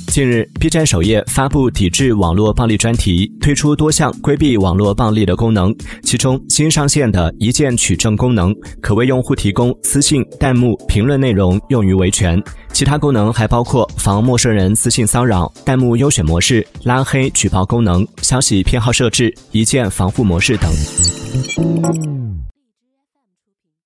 近日 ，B 站首页发布抵制网络暴力专题，推出多项规避网络暴力的功能。其中新上线的一键取证功能，可为用户提供私信、弹幕、评论内容用于维权。其他功能还包括防陌生人私信骚扰、弹幕优选模式、拉黑举报功能、消息偏好设置、一键防护模式等。